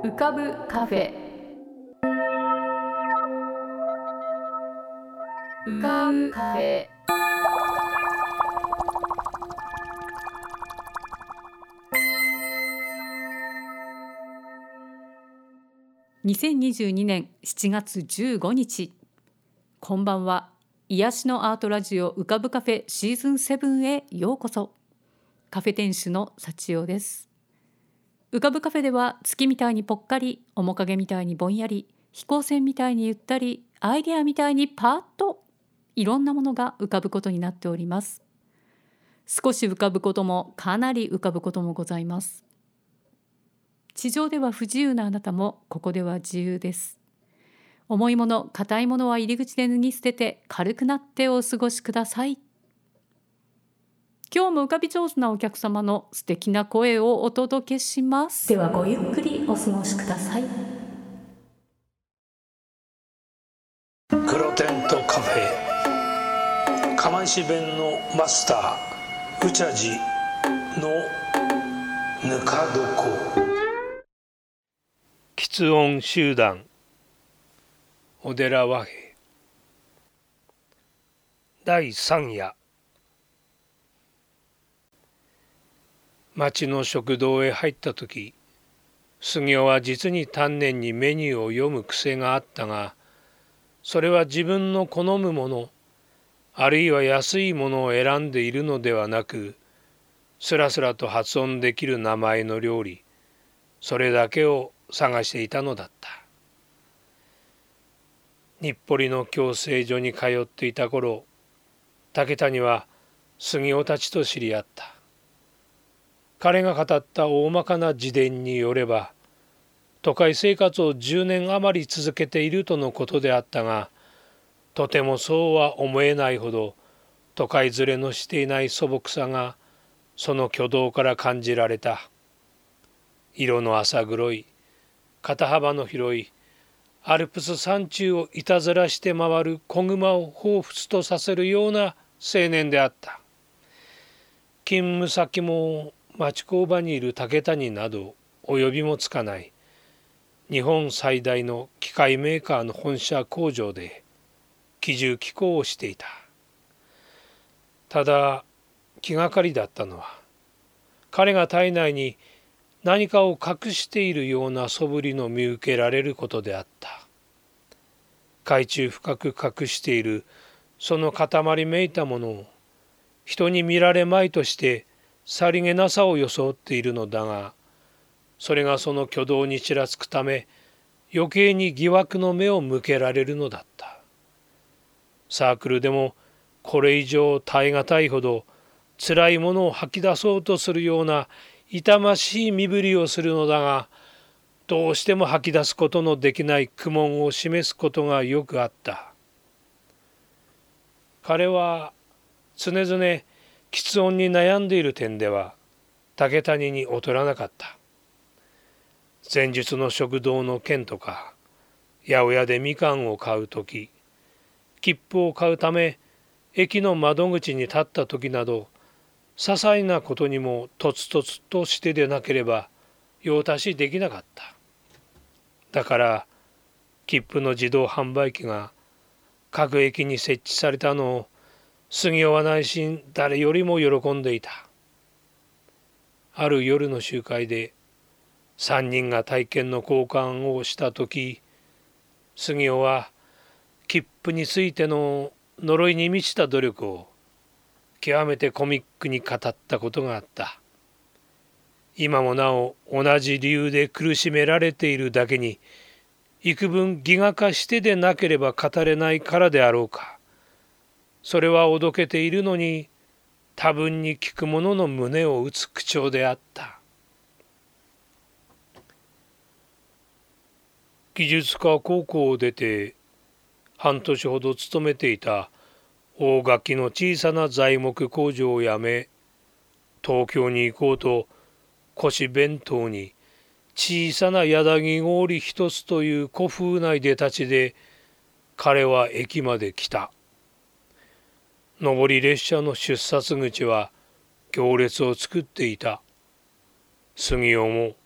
浮かぶカフェ。浮かぶカフェ。2022年7月15日。こんばんは。癒しのアートラジオ浮かぶカフェシーズン7へようこそ。カフェ店主の幸代です。浮かぶカフェでは月みたいにぽっかり、面影みたいにぼんやり、飛行船みたいにゆったり、アイデアみたいにパーッといろんなものが浮かぶことになっております。少し浮かぶこともかなり浮かぶこともございます。地上では不自由なあなたもここでは自由です。重いもの、硬いものは入り口で脱ぎ捨てて軽くなってお過ごしください。今日も浮かび上手なお客様の素敵な声をお届けします。ではごゆっくりお過ごしください。 黒テントカフェ釜石弁のマスターうちゃじのぬか床。喫音集団小寺和平第3夜。町の食堂へ入った時、杉尾は実に丹念にメニューを読む癖があったが、それは自分の好むもの、あるいは安いものを選んでいるのではなく、スラスラと発音できる名前の料理、それだけを探していたのだった。日暮里の矯正所に通っていた頃、竹谷は杉尾たちと知り合った。彼が語った大まかな自伝によれば、都会生活を10年余り続けているとのことであったが、とてもそうは思えないほど都会連れのしていない素朴さがその挙動から感じられた。色の浅黒い、肩幅の広い、アルプス山中をいたずらして回る子熊を彷彿とさせるような青年であった。勤務先も町工場にいる竹谷などお呼びもつかない日本最大の機械メーカーの本社工場で機銃機工をしていた。ただ気がかりだったのは、彼が体内に何かを隠しているような素振りの見受けられることであった。海中深く隠しているその塊めいたものを人に見られまいとしてさりげなさを装っているのだが、それがその挙動にちらつくため余計に疑惑の目を向けられるのだった。サークルでもこれ以上耐え難いほど辛いものを吐き出そうとするような痛ましい身振りをするのだが、どうしても吐き出すことのできない苦悶を示すことがよくあった。彼は常々喫音に悩んでいる点では竹谷に劣らなかった。前述の食堂の件とか、八百屋でみかんを買うとき、切符を買うため駅の窓口に立ったときなど、些細なことにもとつとつとしてでなければ用足しできなかった。だから切符の自動販売機が各駅に設置されたのを杉尾は内心誰よりも喜んでいた。ある夜の集会で3人が体験の交換をした時、杉尾は切符についての呪いに満ちた努力を極めてコミックに語ったことがあった。今もなお同じ理由で苦しめられているだけに、幾分ギガ化してでなければ語れないからであろうか。それはおどけているのに多分に聞く者の胸を打つ口調であった。技術科高校を出て半年ほど勤めていた大垣の小さな材木工場を辞め、東京に行こうと腰弁当に小さな柳氷一つという古風ないでたちで彼は駅まで来た。上り列車の出発口は行列を作っていた。杉尾も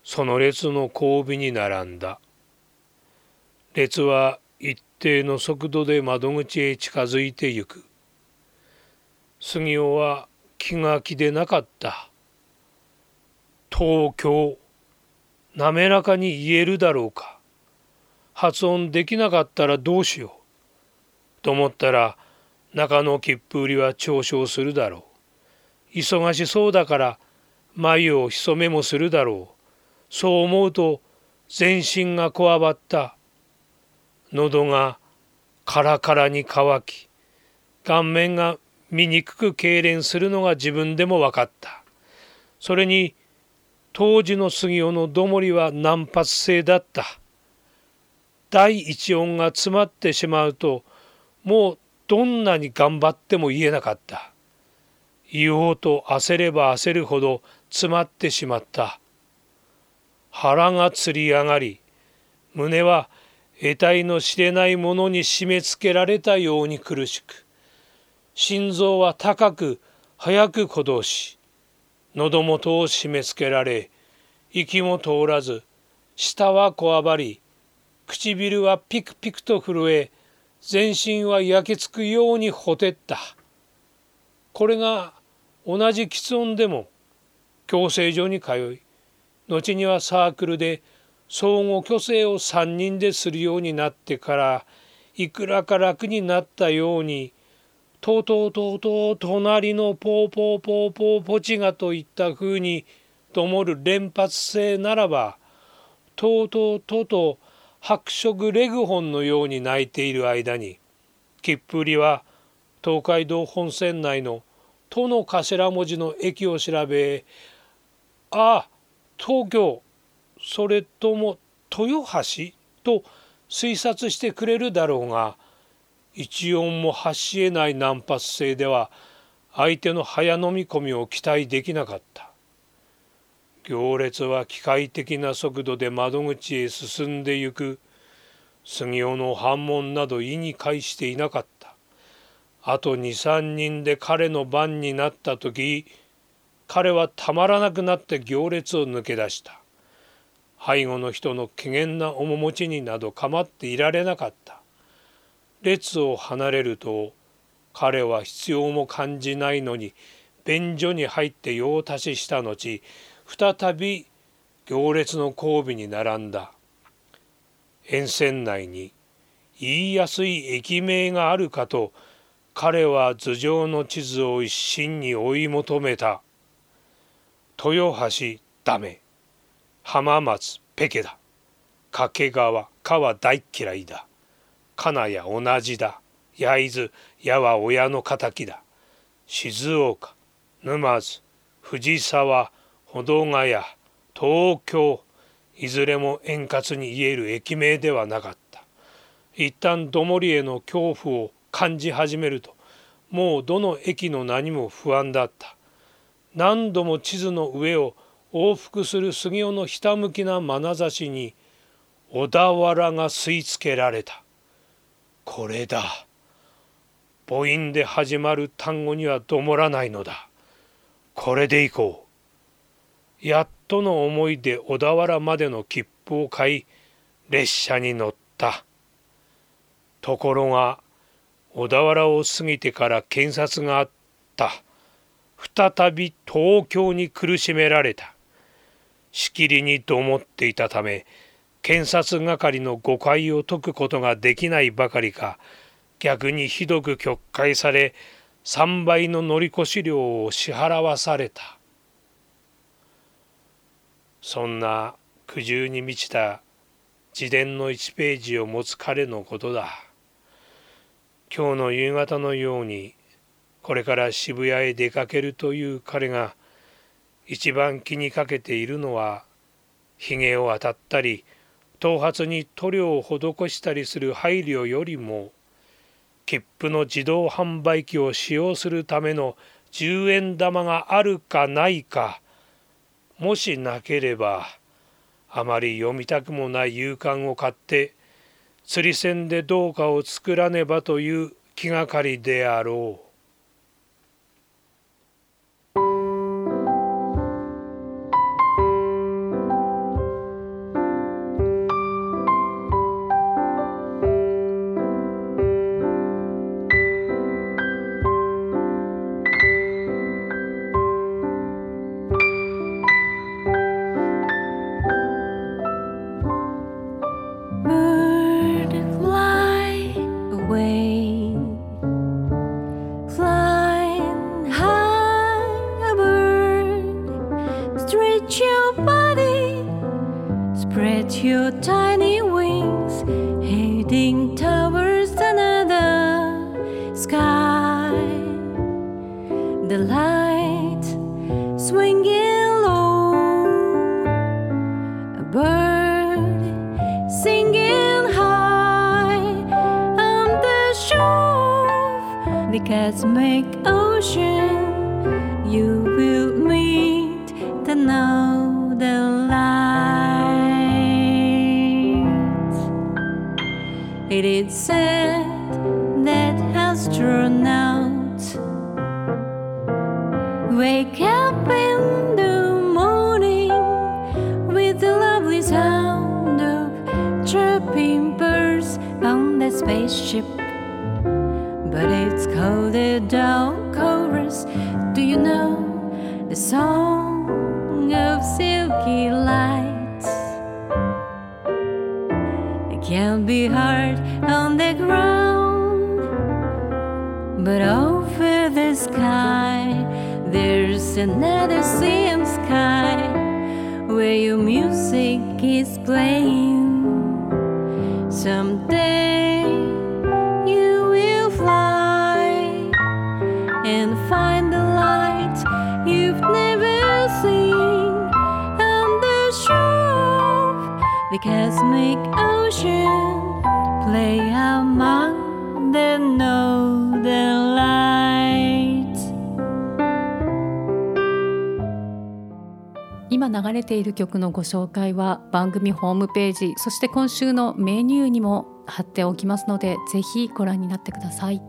その列の後尾に並んだ。列は一定の速度で窓口へ近づいてゆく。杉尾は気が気でなかった。東京、滑らかに言えるだろうか。発音できなかったらどうしよう。と思ったら中の切符売りは嘲笑するだろう。忙しそうだから眉を潜めもするだろう。そう思うと全身がこわばった。喉がカラカラに乾き、顔面が醜く痙攣するのが自分でも分かった。それに当時の杉尾のどもりは難発性だった。第一音が詰まってしまうともうどんなに頑張っても言えなかった。言おうと焦れば焦るほど詰まってしまった。腹がつり上がり、胸は得体の知れないものに締め付けられたように苦しく、心臓は高く早く鼓動し、喉元を締め付けられ、息も通らず、舌はこわばり、唇はピクピクと震え、全身は焼けつくようにほてった。これが同じ吃音でも矯正所に通い、後にはサークルで相互矯正を3人でするようになってからいくらか楽になったように、とうとうとうとう隣のポーポーポーポーポチがといったふうにともる連発性ならば、とうとうとうとう白色レグホンのように泣いている間に、切符売りは東海道本線内の都の頭文字の駅を調べ、ああ東京、それとも豊橋と推察してくれるだろうが、一音も発し得ない難発性では相手の早飲み込みを期待できなかった。行列は機械的な速度で窓口へ進んでゆく。杉尾の反問など意に介していなかった。あと 2,3 人で彼の番になった時、彼はたまらなくなって行列を抜け出した。背後の人の怪訝な面持ちになど構っていられなかった。列を離れると彼は必要も感じないのに便所に入って用足しした後、再び行列の後尾に並んだ。沿線内に言いやすい駅名があるかと彼は頭上の地図を一心に追い求めた。豊橋ダメ、浜松ペケだ、掛川川大嫌いだ、金谷同じだ、焼津矢は親の敵だ、静岡沼津藤沢保土ヶ谷東京、いずれも円滑に言える駅名ではなかった。一旦どもりへの恐怖を感じ始めると、もうどの駅の名にも不安だった。何度も地図の上を往復する杉尾のひたむきな眼差しに小田原が吸い付けられた。これだ。母音で始まる単語にはどもらないのだ。これでいこう。やっとの思いで小田原までの切符を買い、列車に乗った。ところが小田原を過ぎてから検察があった。再び東京に苦しめられた。しきりにどもっていたため、検察係の誤解を解くことができないばかりか、逆にひどく曲解され、3倍の乗り越し料を支払わされた。そんな苦渋に満ちた自伝の1ページを持つ彼のことだ。今日の夕方のようにこれから渋谷へ出かけるという彼が一番気にかけているのは、ひげを当たったり頭髪に塗料を施したりする配慮よりも、切符の自動販売機を使用するための10円玉があるかないか、もしなければあまり読みたくもない夕刊を買って釣り銭でどうかを作らねばという気がかりであろう。 your tiny wings, heading towards another sky. The light swinging low, a bird singing high on the shore, the cosmic ocean. You will meet the northern lights. It is said that astronauts wake up in the morning with the lovely sound of chirping birds on the spaceship. But it's called a dawn chorus. Do you know the song of silky lights? It can be heard on the ground, but over the sky there's another sea and sky where your music is playing. Someday you will fly and find the light you've never seen on the shore, the cosmic ocean play among the northern lights. 今流れている曲のご紹介は番組ホームページ、そして今週のメニューにも貼っておきますので、ぜひご覧になってください。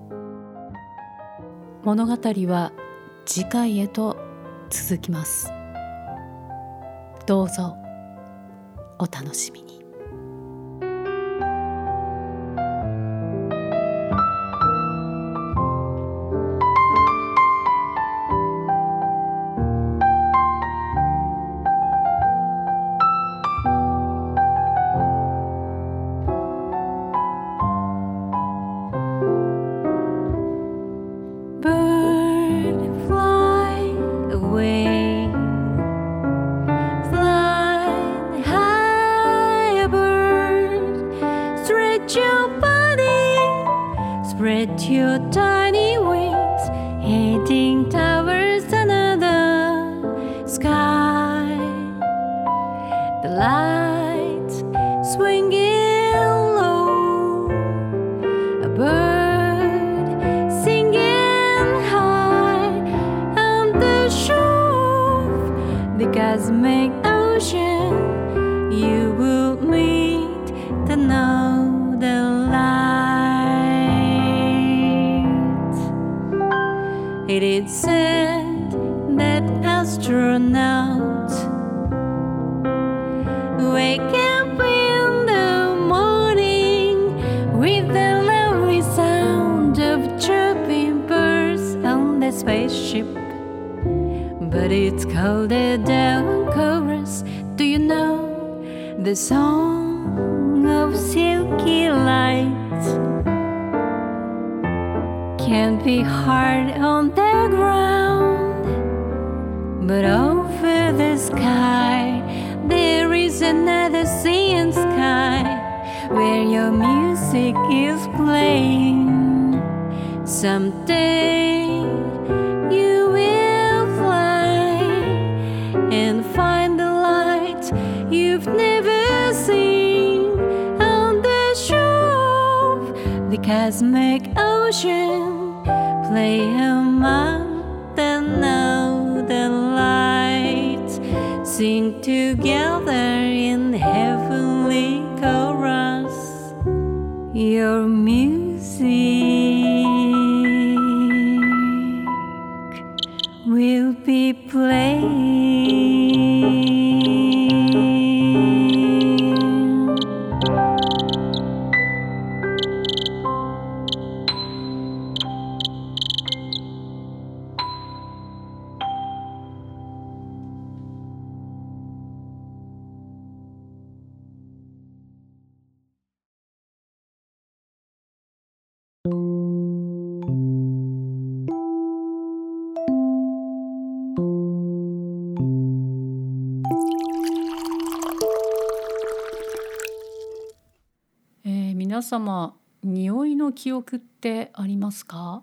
物語は次回へと続きます。どうぞお楽しみに。Spread your tiny wings, heading towards another sky. The lights swinging low, a bird singing high on the shore, the cosmic ocean. You will meet the northern lights. It is said that astronauts wake up in the morning with the lovely sound of chirping birds on the spaceship. But it's called a dawn chorus. Do you know the song of silky lights? Can't be hard on the ground, but over the sky there is another sea and sky where your music is playing. Someday you will fly and find the light you've never seen on the shore, the cosmic ocean play among the northern lights. Sing together in heavenly chorus. Your music will be playing. 皆様、匂いの記憶ってありますか？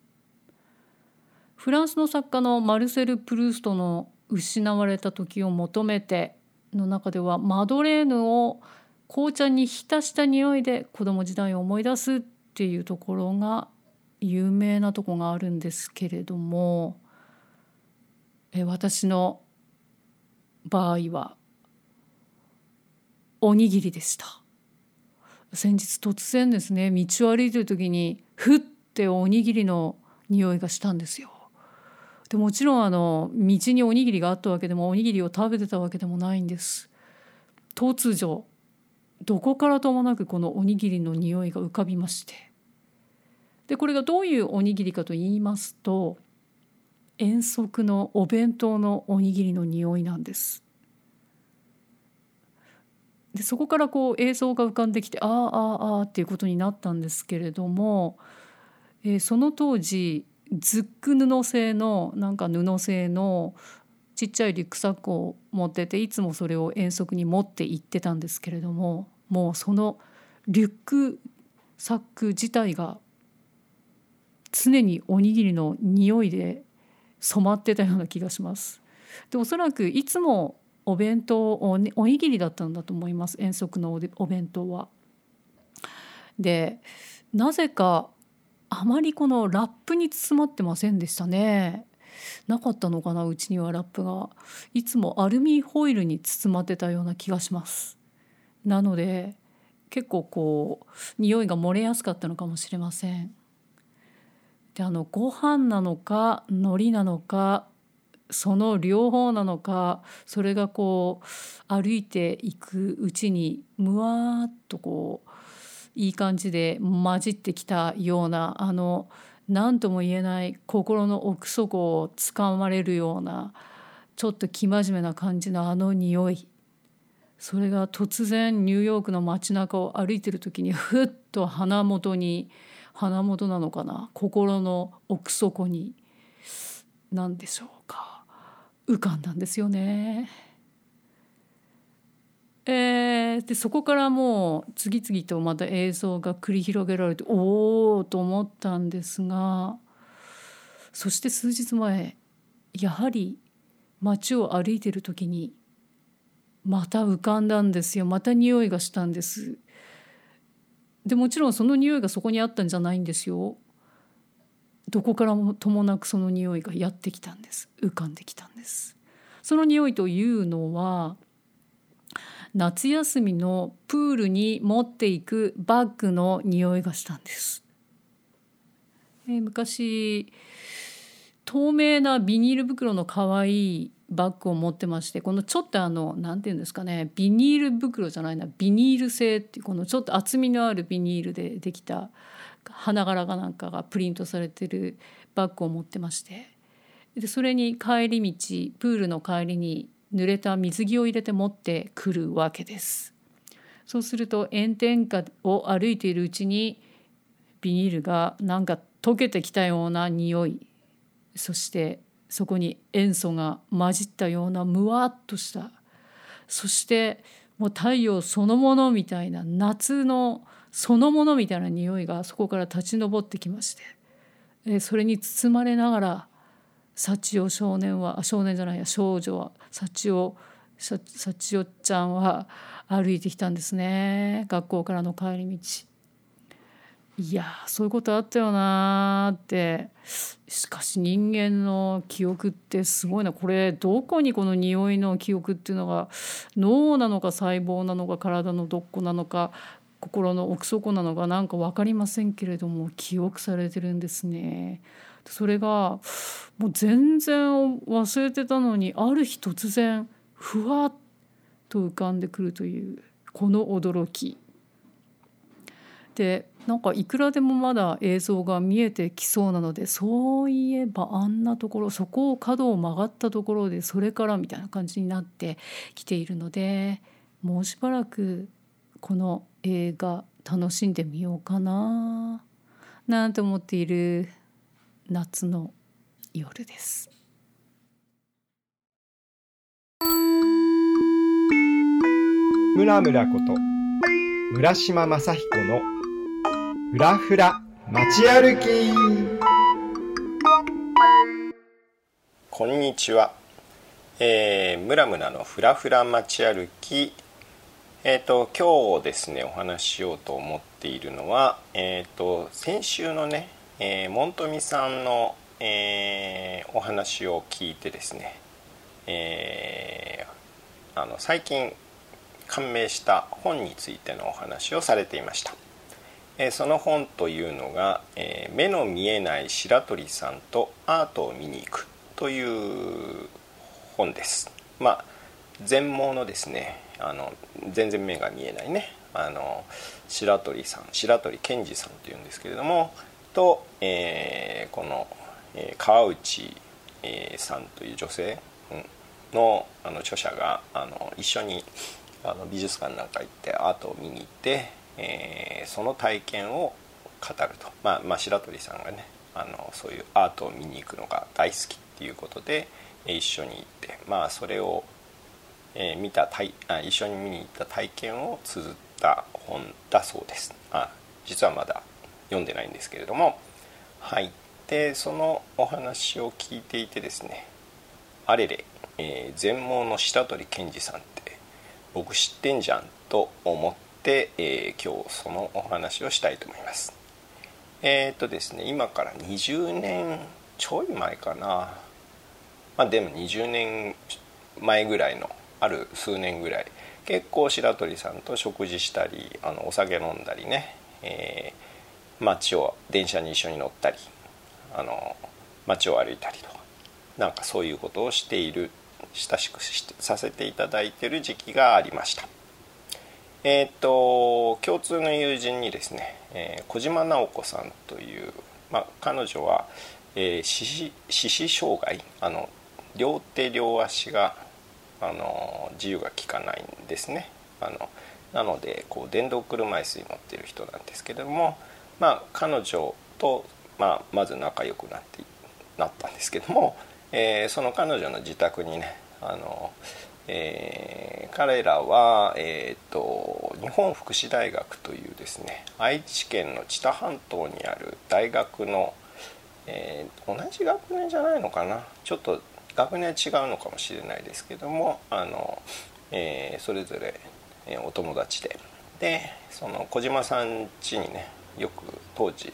フランスの作家のマルセル・プルーストの失われた時を求めての中では、マドレーヌを紅茶に浸した匂いで子供時代を思い出すっていうところが有名なとこがあるんですけれども、私の場合はおにぎりでした。先日突然ですね、道を歩いている時にふっておにぎりの匂いがしたんですよ。でもちろん道におにぎりがあったわけでも、おにぎりを食べてたわけでもないんです。突如どこからともなくこのおにぎりの匂いが浮かびまして、でこれがどういうおにぎりかと言いますと、遠足のお弁当のおにぎりの匂いなんです。でそこから映像が浮かんできて、っていうことになったんですけれども、その当時ズック布製の布製のちっちゃいリュックサックを持ってて、いつもそれを遠足に持って行ってたんですけれども、もうそのリュックサック自体が常におにぎりの匂いで染まってたような気がします。でおそらくいつもお弁当おにぎりだったんだと思います、遠足のお弁当は。でなぜかあまりこのラップに包まってませんでしたね。なかったのかな、うちにはラップが。いつもアルミホイルに包まってたような気がします。なので結構匂いが漏れやすかったのかもしれません。でご飯なのか海苔なのか、その両方なのか、それが歩いていくうちにむわーっといい感じで混じってきたような、何とも言えない心の奥底をつかまれるような、ちょっと生真面目な感じの匂い、それが突然ニューヨークの街中を歩いてる時にふっと鼻元なのかな、心の奥底に何でしょうか、浮かんだんですよね。でそこからもう次々とまた映像が繰り広げられて、おーと思ったんですが、そして数日前、やはり街を歩いている時にまた浮かんだんですよ。また匂いがしたんです。でもちろんその匂いがそこにあったんじゃないんですよ。どこからもともなくその匂いがやってきたんです。浮かんできたんです。その匂いというのは、夏休みのプールに持っていくバッグの匂いがしたんです。昔透明なビニール袋の可愛いバッグを持ってまして、このちょっとなんていうんですかね、ビニール袋じゃないな、ビニール製っていう、このちょっと厚みのあるビニールでできた花柄かなんかがプリントされてるバッグを持ってまして、でそれに帰り道、プールの帰りに濡れた水着を入れて持ってくるわけです。そうすると炎天下を歩いているうちにビニールが溶けてきたような匂い、そしてそこに塩素が混じったようなむわっとした、そしてもう太陽そのものみたいな、夏のそのものみたいな匂いがそこから立ち上ってきまして、それに包まれながら少女は幸ちゃんは歩いてきたんですね、学校からの帰り道。いやそういうことあったよなって。しかし人間の記憶ってすごいな。これどこにこの匂いの記憶っていうのが、脳なのか細胞なのか体のどこなのか心の奥底なのか分かりませんけれども、記憶されてるんですね。それがもう全然忘れてたのに、ある日突然ふわっと浮かんでくるというこの驚きで、いくらでもまだ映像が見えてきそうなので、そういえばあんなところ、そこを角を曲がったところでそれからみたいな感じになってきているので、もうしばらくこの映画楽しんでみようかななんて思っている夏の夜です。 ムラムラこと村島正彦のふらふら街歩き。 こんにちは。ムラムラのふらふら街歩き。今日ですねお話ししようと思っているのは、先週のね、モントミさんの、お話を聞いてですね、最近感銘した本についてのお話をされていました。その本というのが、目の見えない白鳥さんとアートを見に行くという本です。全盲のですね、全然目が見えないね、白鳥健二さんというんですけれどもと、この、川内、さんという女性の、著者が一緒に美術館なんか行ってアートを見に行って、その体験を語ると、白鳥さんがねそういうアートを見に行くのが大好きっていうことで一緒に行って、それを一緒に見に行った体験を綴った本だそうです。実はまだ読んでないんですけれども、はい。でそのお話を聞いていてですね、あれれ、全盲の白鳥健二さんって僕知ってんじゃんと思って、今日そのお話をしたいと思います。ですね、今から20年ちょい前かな、でも20年前ぐらいのある数年ぐらい結構白鳥さんと食事したりお酒飲んだりね、街を電車に一緒に乗ったり街を歩いたりとかなんかそういうことをしている親しくさせていただいている時期がありました。共通の友人にですね、小島直子さんという、彼女は、視障害両手両足が自由が利かないんですね。なので電動車椅子に乗っている人なんですけれども、彼女と、まず仲良くなったんですけども、その彼女の自宅にね彼らは、日本福祉大学というですね愛知県の知多半島にある大学の、同じ学年じゃないのかな、ちょっと学年は違うのかもしれないですけどもそれぞれお友達でその小島さん家にねよく当時、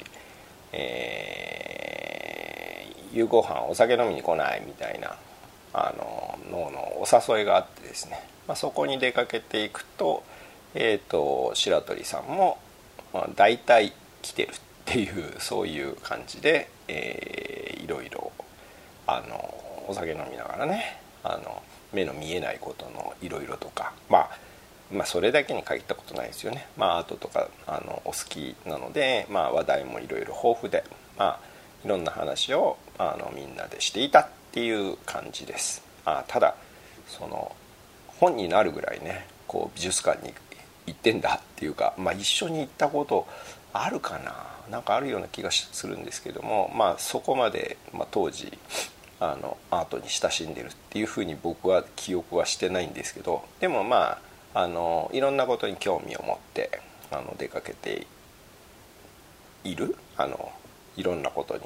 夕ご飯お酒飲みに来ないみたいなのお誘いがあってですね、そこに出かけていくと、白鳥さんも、大体来てるっていうそういう感じで、いろいろお酒飲みながらね目の見えないことのいろいろとか、それだけに限ったことないですよね。アートとかお好きなので、話題もいろいろ豊富で、いろんな話をみんなでしていたっていう感じです。ただその本になるぐらいね美術館に行ってんだっていうか、一緒に行ったことあるかな、なんかあるような気がするんですけども、そこまで、当時アートに親しんでるっていうふうに僕は記憶はしてないんですけど、でもいろんなことに興味を持って出かけているいろんなことに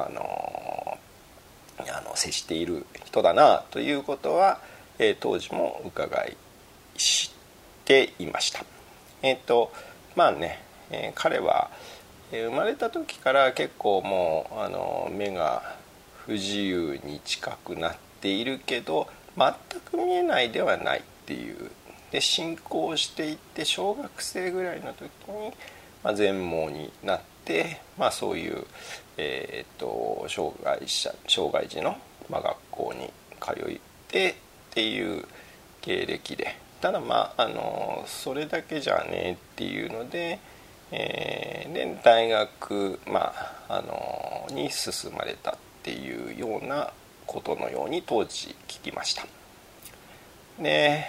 接している人だなということは、当時も伺い知っていました。彼は生まれた時から結構もう目が不自由に近くなっているけど全く見えないではないっていうで進行していって小学生ぐらいの時に、全盲になって、そういう、障害児の、学校に通いてっていう経歴で、ただそれだけじゃねっていうので、で大学、に進まれたっていうようなことのように当時聞きました。で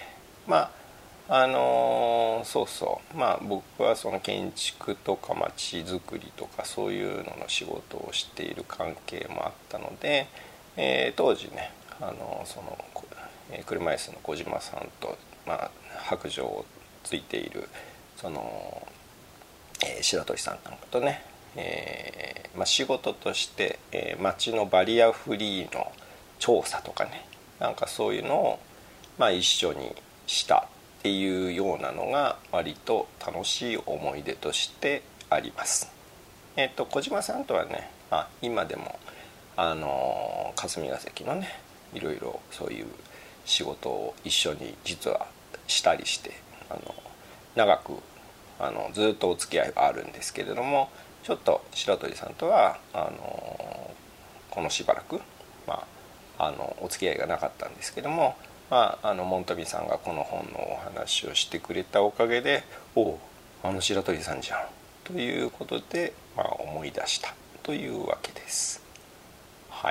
僕はその建築とか街づくりとかそういうのの仕事をしている関係もあったので、当時ねその車椅子の小島さんと、白状をついているその白鳥さんなんかとね、仕事として、街のバリアフリーの調査とかね、なんかそういうのを、一緒にしたっていうようなのが割と楽しい思い出としてあります。小島さんとはね、今でも霞が関のねいろいろそういう仕事を一緒に実はしたりして、長くずっとお付き合いがあるんですけれども、ちょっと白鳥さんとはこのしばらく、お付き合いがなかったんですけども、門富さんがこの本のお話をしてくれたおかげで、白鳥さんじゃんということで、思い出したというわけです。はい。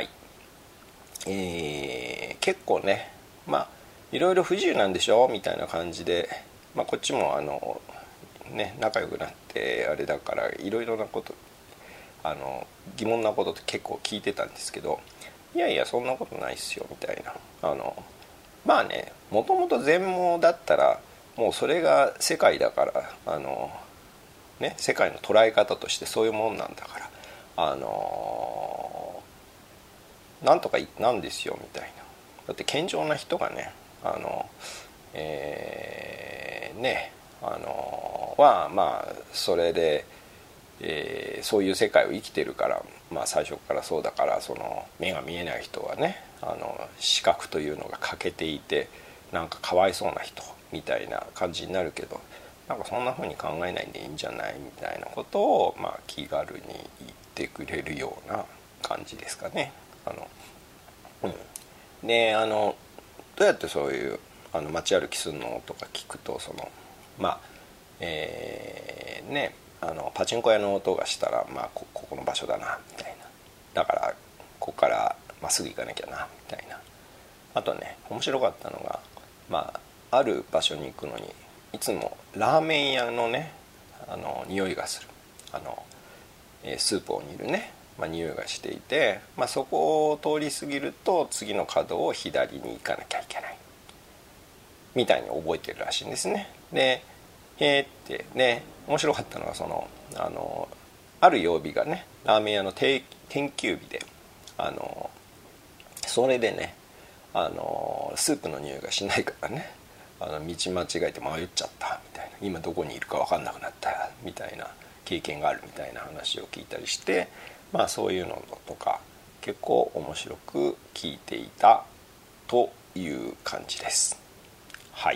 結構ね、いろいろ不自由なんでしょみたいな感じで、こっちも仲良くなってあれだから、いろいろなこと疑問なことって結構聞いてたんですけど、いやいやそんなことないっすよみたいな、もともと全盲だったらもうそれが世界だから、世界の捉え方としてそういうもんなんだからなんとかなんですよみたいな。だって健常な人がねそれで、そういう世界を生きてるから、最初からそうだから、その目が見えない人はね視覚というのが欠けていてなんかかわいそうな人みたいな感じになるけど、なんかそんな風に考えないでいいんじゃないみたいなことを、気軽に言ってくれるような感じですかね。でどうやってそういう街歩きするのとか聞くと、パチンコ屋の音がしたら、ここの場所だなみたいな、だからここからまっすぐ行かなきゃなみたいな。あとね、面白かったのが、ある場所に行くのにいつもラーメン屋のね匂いがする、スープを煮るね、匂いがしていて、そこを通り過ぎると次の角を左に行かなきゃいけないみたいに覚えてるらしいんですね。でってね、面白かったのがある曜日がねラーメン屋の定休日でそれでねスープの匂いがしないからね道間違えて迷っちゃったみたいな、今どこにいるか分かんなくなったみたいな経験があるみたいな話を聞いたりして、そういうのとか結構面白く聞いていたという感じです。はい。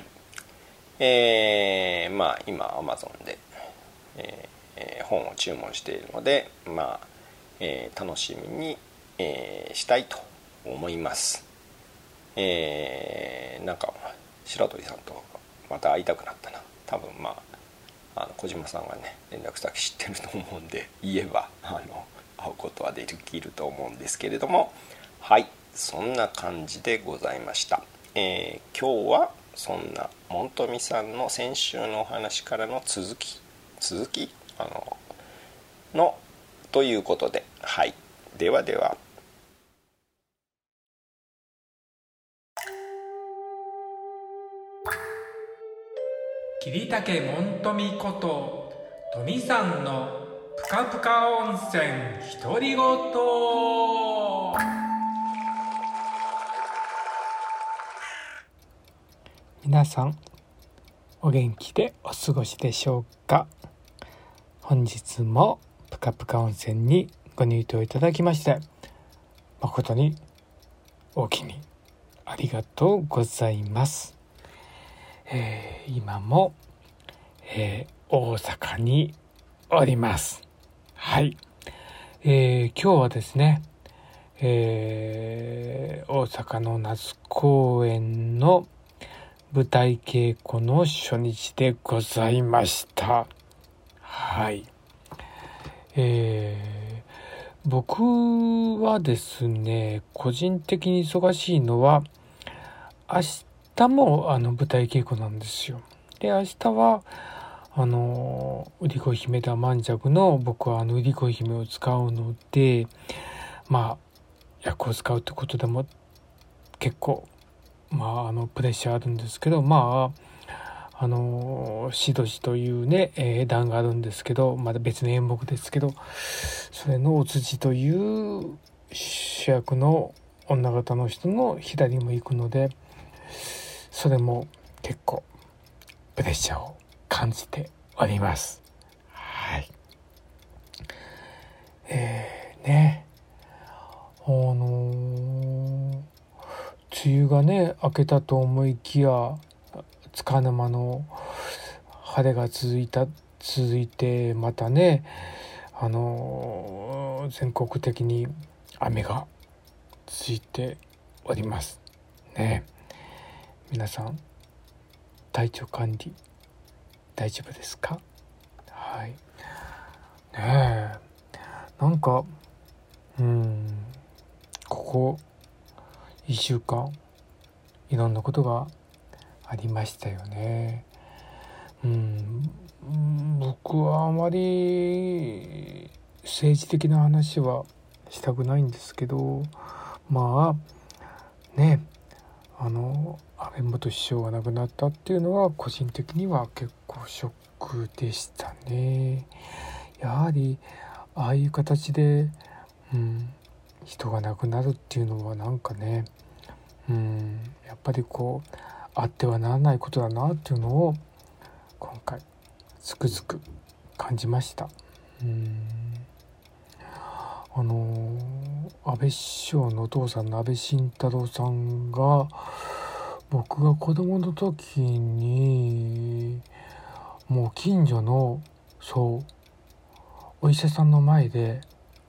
今 Amazon で、本を注文しているので、楽しみに、したいと思います。なんか白鳥さんとまた会いたくなったな。多分小島さんがね連絡先知ってると思うんで、言えば会うことはできると思うんですけれども、はい、そんな感じでございました。今日はそんな門富さんの先週のお話からの続きということで、はい、ではでは。 桐竹門富こと富さんのぷかぷか温泉独り言。皆さんお元気でお過ごしでしょうか。本日もぷかぷか温泉にご入湯いただきまして誠にお気にありがとうございます。今も、大阪におります。はい、今日はですね、大阪の那須公園の舞台稽古の初日でございました。はい、僕はですね、個人的に忙しいのは明日も舞台稽古なんですよ。で、明日は売り子姫田万尺の僕は売り子姫を使うので、役を使うってことでも結構プレッシャーあるんですけど、 しどしというね、段があるんですけど、まだ別の演目ですけど、それのお辻という主役の女方の人の左も行くので、それも結構プレッシャーを感じております。はい。ね、梅雨がね明けたと思いきや、つかの間の晴れが続いて、またね全国的に雨が続いておりますね。皆さん体調管理大丈夫ですか？はい。ねえ、なんかここ1週間いろんなことがありましたよね。僕はあまり政治的な話はしたくないんですけど、まあね、安倍元首相が亡くなったっていうのは個人的には結構ショックでしたね。やはりああいう形で、人が亡くなるっていうのはなんかね、やっぱりこうあってはならないことだなっていうのを今回つくづく感じました。安倍首相のお父さんの安倍晋太郎さんが、僕が子供の時にもう近所のお医者さんの前で、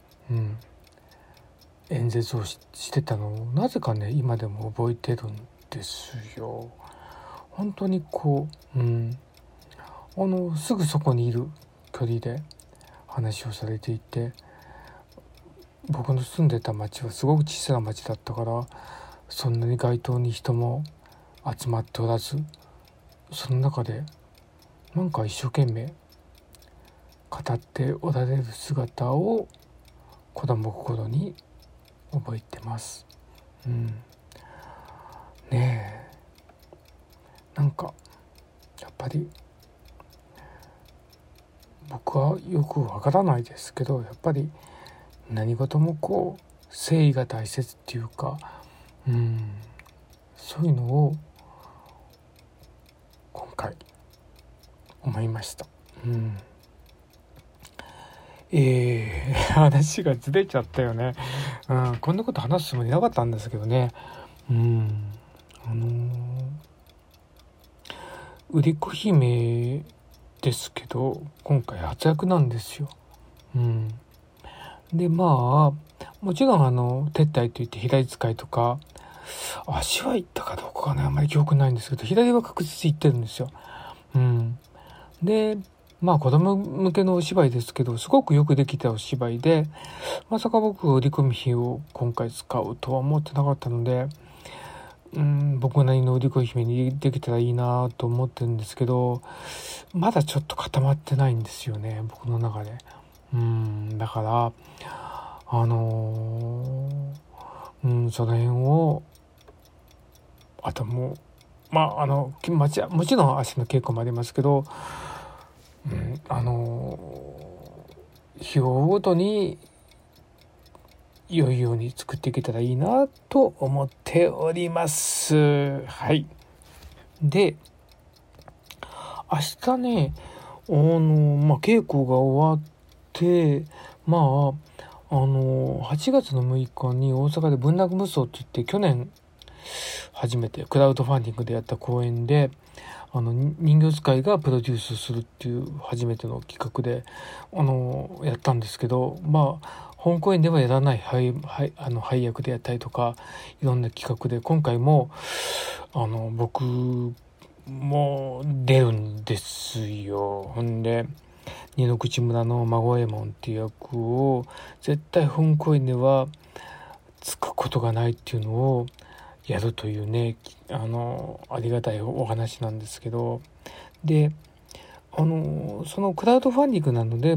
演説をしてたのをなぜかね今でも覚えてるんですよ。本当にこう、すぐそこにいる距離で話をされていて、僕の住んでた町はすごく小さな町だったから、そんなに街頭に人も集まっておらず、その中でなんか一生懸命語っておられる姿を子供心に覚えてます。ねえ、なんかやっぱり僕はよくわからないですけど、やっぱり何事もこう誠意が大切っていうか、そういうのを今回思いました。話がずれちゃったよね。こんなこと話すつもりなかったんですけどね。売り子姫ですけど今回初役なんですよ。でもちろん撤退といって左使いとか、足は行ったかどうかねあんまり記憶ないんですけど、左は確実に行ってるんですよ。で子供向けのお芝居ですけど、すごくよくできたお芝居で、まさか僕が売り込み費を今回使うとは思ってなかったので、僕なりの売り子姫にできたらいいなと思ってるんですけど、まだちょっと固まってないんですよね、僕の中で。だからその辺をあともちろん足の稽古もありますけど、日を追うごとに良いように作っていけたらいいなと思っております。はい。で、明日ね、稽古が終わって、8月の6日に大阪で文楽無双って言って、去年初めてクラウドファンディングでやった公演で、人形使いがプロデュースするっていう初めての企画でやったんですけど、本公演ではやらない配役でやったりとか、いろんな企画で今回も僕も出るんですよ。ほんで二の口村の孫右衛門っていう役を絶対本公演ではつくことがないっていうのをやるというね、ありがたいお話なんですけど、でそのクラウドファンディングなので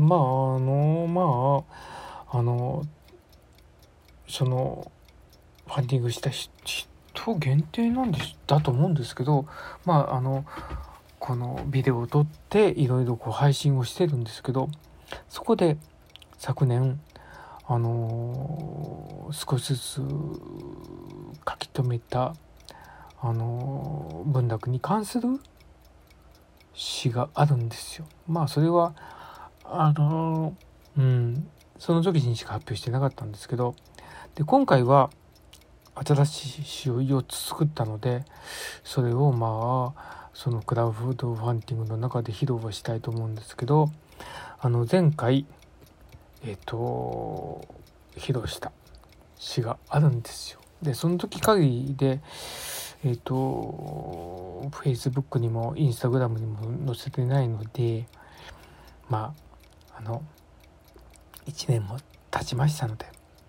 そのファンディングした人限定だと思うんですけど、 このビデオを撮っていろいろ配信をしてるんですけど、そこで昨年少しずつ書き留めた文楽に関する詩があるんですよ。それはその時にしか発表してなかったんですけど、で今回は新しい詩を4つ作ったので、それをそのクラウドファンディングの中で披露はしたいと思うんですけど、前回披露した詩があるんですよ。でその時限りでFacebook にも Instagram にも載せてないので、1年も経ちましたので、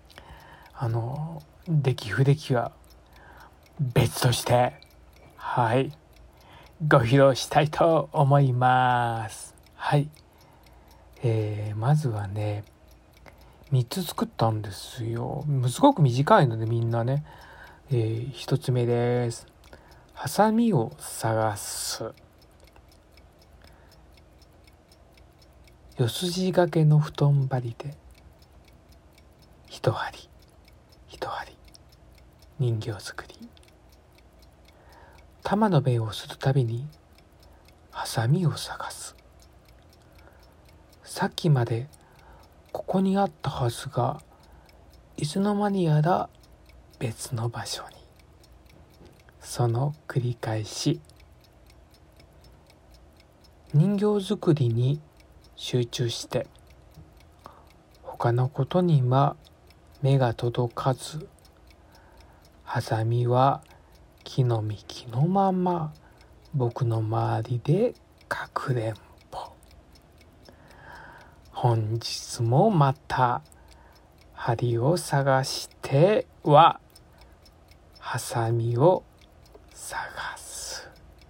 出来不出来は別としてご披露したいと思います。まずはね3つ作ったんですよ。すごく短いのでみんなね、1つ目です。ハサミを探す。四筋掛けの布団張りで一針一針人形作り。玉の弁をするたびにハサミを探す。さっきまでここにあったはずがいつの間にやら別の場所に。その繰り返し。人形作りに集中して他のことには目が届かず、ハサミは木の幹のまま僕の周りでかくれんぼ。本日もまた針を探してはハサミを探す。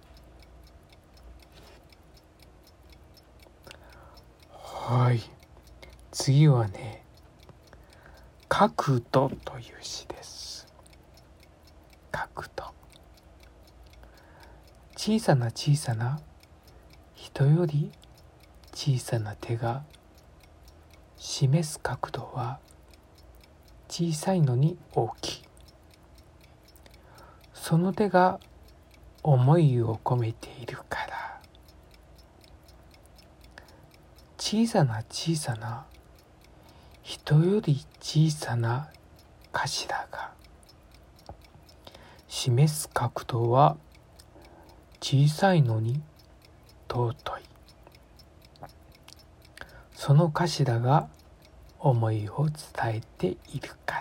次はね、角度という詩です。角度。小さな小さな人より小さな手が示す角度は小さいのに大きい。その手が思いを込めているから。小さな小さな人より小さな頭が示す角度は小さいのに尊い。その頭が思いを伝えているから。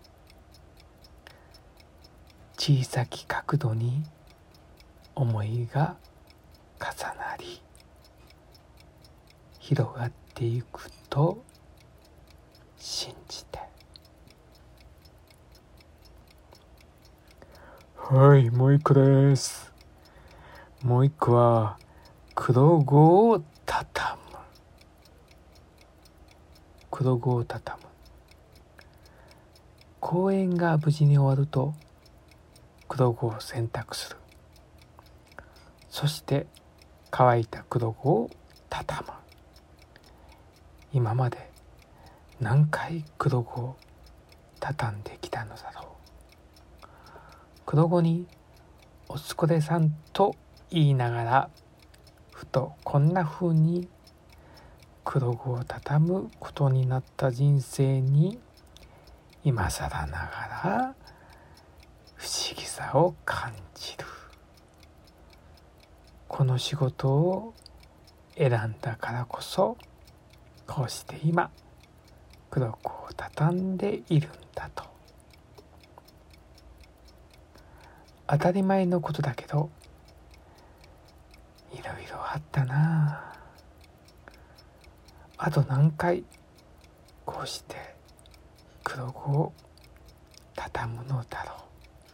小さき角度に思いが重なり広がっていくと信じて。もう一個です。もう一個は黒子を畳む。黒子を畳む。公演が無事に終わると黒子を洗濯する。そして乾いた黒子を畳む。今まで何回黒子を畳んできたのだろう。黒子にお疲れさんと言いながら、ふとこんな風に黒子を畳むことになった人生に今更ながら不思議さを感じる。この仕事を選んだからこそ、こうして今黒子を畳んでいるんだと。当たり前のことだけど、いろいろあったな。あと何回こうして黒子を畳むのだろう。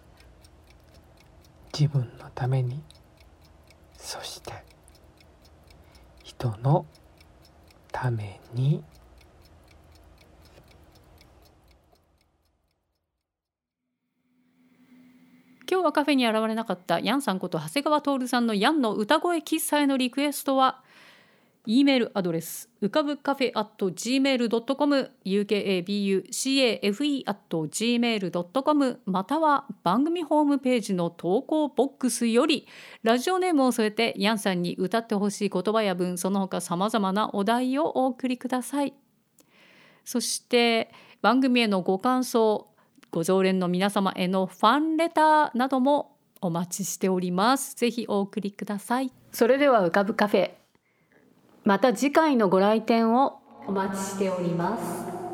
自分のために、そして人のために。 今日はカフェに現れなかったヤンさんこと長谷川徹さんのヤンの歌声喫茶へのリクエストは、E メールアドレスうかぶカフェ @gmail.com ukabucafe@gmail.com または番組ホームページの投稿ボックスよりラジオネームを添えてヤンさんに歌ってほしい言葉や文、その他さまざまなお題をお送りください。そして番組へのご感想、ご常連の皆様へのファンレターなどもお待ちしております。ぜひお送りください。それではうかぶカフェ、また次回のご来店をお待ちしております。